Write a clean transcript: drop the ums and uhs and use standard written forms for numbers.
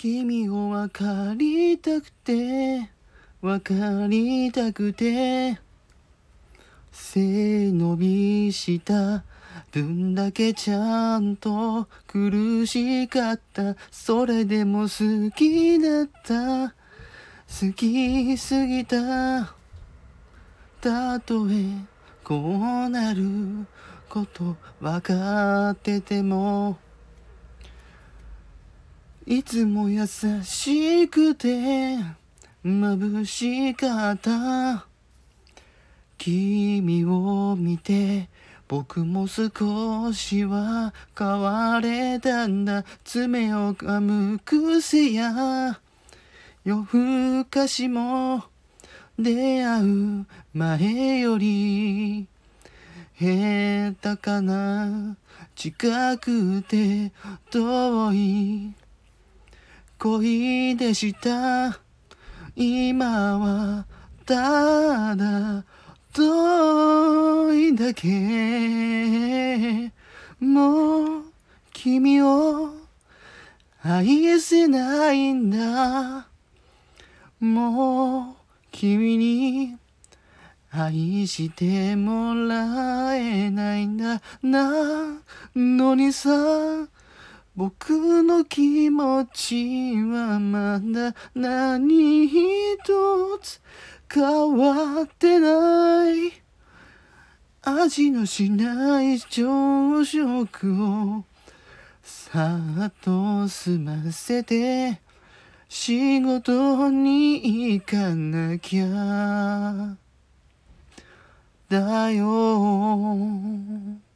君を分かりたくて分かりたくて背伸びした分だけちゃんと苦しかった。それでも好きだった。好きすぎた。たとえこうなること分かってても、いつも優しくて眩しかった。君を見て僕も少しは変われたんだ。爪を噛む癖や夜更かしも出会う前より下手かな。近くて遠い恋でした。今はただ遠いだけ。もう君を愛せないんだ。もう君に愛してもらえないんだなのにさ、僕の気持ちはまだ何一つ変わってない。味のしない朝食をさっと済ませて仕事に行かなきゃだよ。